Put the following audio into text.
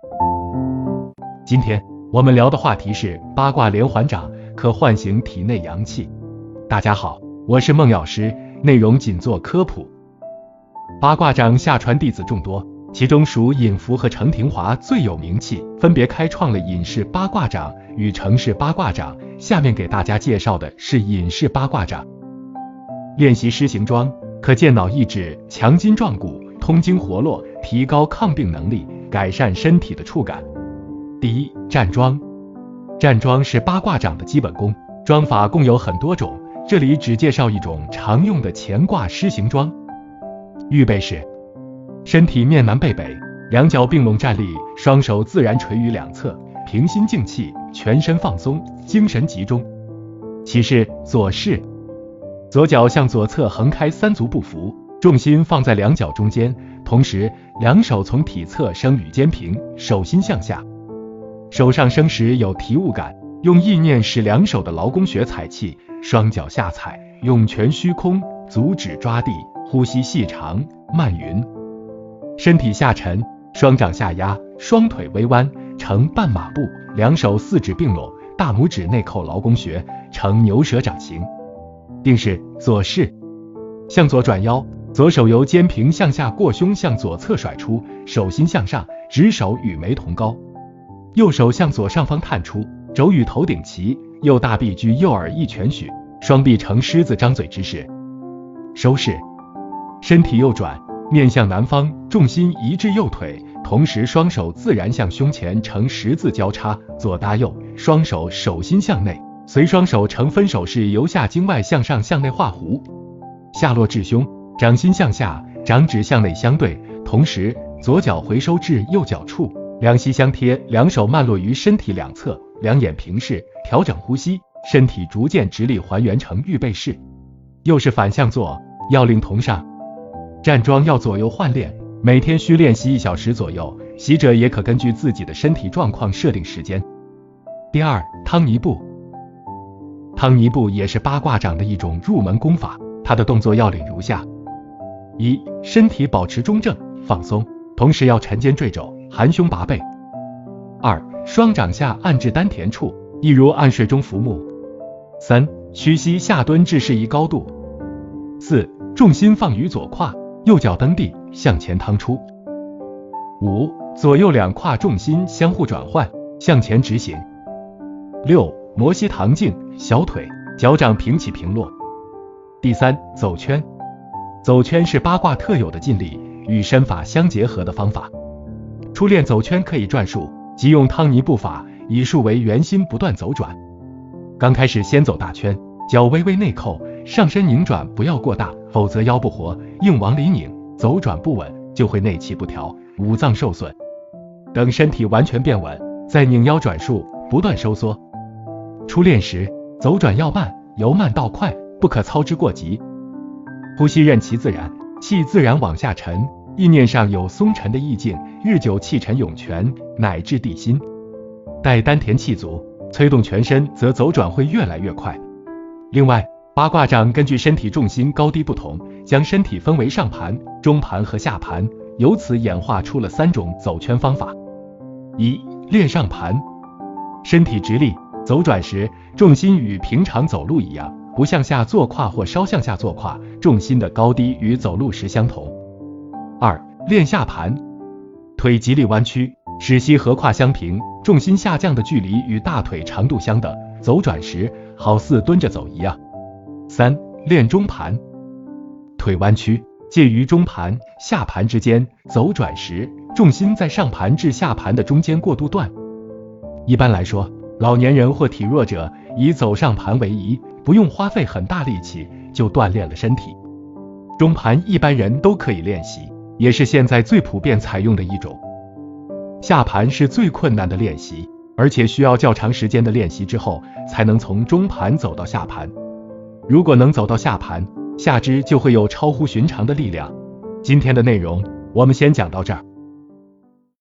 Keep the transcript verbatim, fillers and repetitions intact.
今天我们聊的话题是八卦连环掌可唤醒体内阳气。大家好，我是孟药师，内容仅做科普。八卦掌下传弟子众多，其中属尹福和程廷华最有名气，分别开创了尹氏八卦掌与程氏八卦掌。下面给大家介绍的是尹氏八卦掌。练习施行桩，可健脑益智、强筋壮骨、通经活络、提高抗病能力、改善身体的触感。第一，站桩。站桩是八卦掌的基本功，桩法共有很多种，这里只介绍一种常用的前挂施行桩。预备式，身体面南背北，两脚并拢站立，双手自然垂于两侧，平心静气，全身放松，精神集中。起势，左式，左脚向左侧横开三足不扶，重心放在两脚中间，同时两手从体侧升与肩平，手心向下。手上升时有提物感，用意念使两手的劳宫穴踩气，双脚下踩，用拳虚空，足趾抓地，呼吸细长慢匀。身体下沉，双掌下压，双腿微弯，呈半马步，两手四指并拢，大拇指内扣劳宫穴，呈牛舌掌形。定式，左式，向左转腰，左手由肩平向下过胸向左侧甩出，手心向上，指手与眉同高。右手向左上方探出，肘与头顶齐，右大臂居右耳一拳许，双臂呈狮子张嘴之势。收式，身体右转，面向南方，重心移至右腿，同时双手自然向胸前呈十字交叉，左搭右，双手手心向内，随双手呈分手式由下经外向上向内画弧。下落至胸，掌心向下，掌指向内相对，同时左脚回收至右脚处，两膝相贴，两手慢落于身体两侧，两眼平视，调整呼吸，身体逐渐直立还原成预备式。右是反向做，要领同上。站桩要左右换练，每天需练习一小时左右，习者也可根据自己的身体状况设定时间。第二，汤泥步。汤泥步也是八卦掌的一种入门功法，它的动作要领如下：一、身体保持中正放松，同时要沉肩坠肘，含胸拔背。二、双掌下按至丹田处，一如按水中浮木。三、屈膝下蹲至适宜高度。四、重心放于左胯，右脚蹬地向前趟出。五、左右两胯重心相互转换，向前直行。六、摩膝堂颈，小腿脚掌平起平落。第三，走圈。走圈是八卦特有的劲力与身法相结合的方法。初练走圈可以转数，即用汤泥步法，以数为圆心不断走转。刚开始先走大圈，脚微微内扣，上身拧转不要过大，否则腰不活，硬往里拧，走转不稳，就会内气不调，五脏受损。等身体完全变稳，再拧腰转数，不断收缩。初练时，走转要慢，由慢到快，不可操之过急。呼吸任其自然，气自然往下沉，意念上有松沉的意境，日久气沉涌泉，乃至地心。待丹田气足，催动全身，则走转会越来越快。另外，八卦掌根据身体重心高低不同，将身体分为上盘、中盘和下盘，由此演化出了三种走圈方法。一、练上盘。身体直立，走转时，重心与平常走路一样，不向下坐胯或稍向下坐胯，重心的高低与走路时相同。二、练下盘。腿极力弯曲，使膝和胯相平，重心下降的距离与大腿长度相等，走转时好似蹲着走一样。三、练中盘。腿弯曲，介于中盘、下盘之间，走转时，重心在上盘至下盘的中间过渡段。一般来说，老年人或体弱者以走上盘为宜，不用花费很大力气就锻炼了身体。中盘一般人都可以练习，也是现在最普遍采用的一种。下盘是最困难的练习，而且需要较长时间的练习之后，才能从中盘走到下盘。如果能走到下盘，下肢就会有超乎寻常的力量。今天的内容我们先讲到这儿。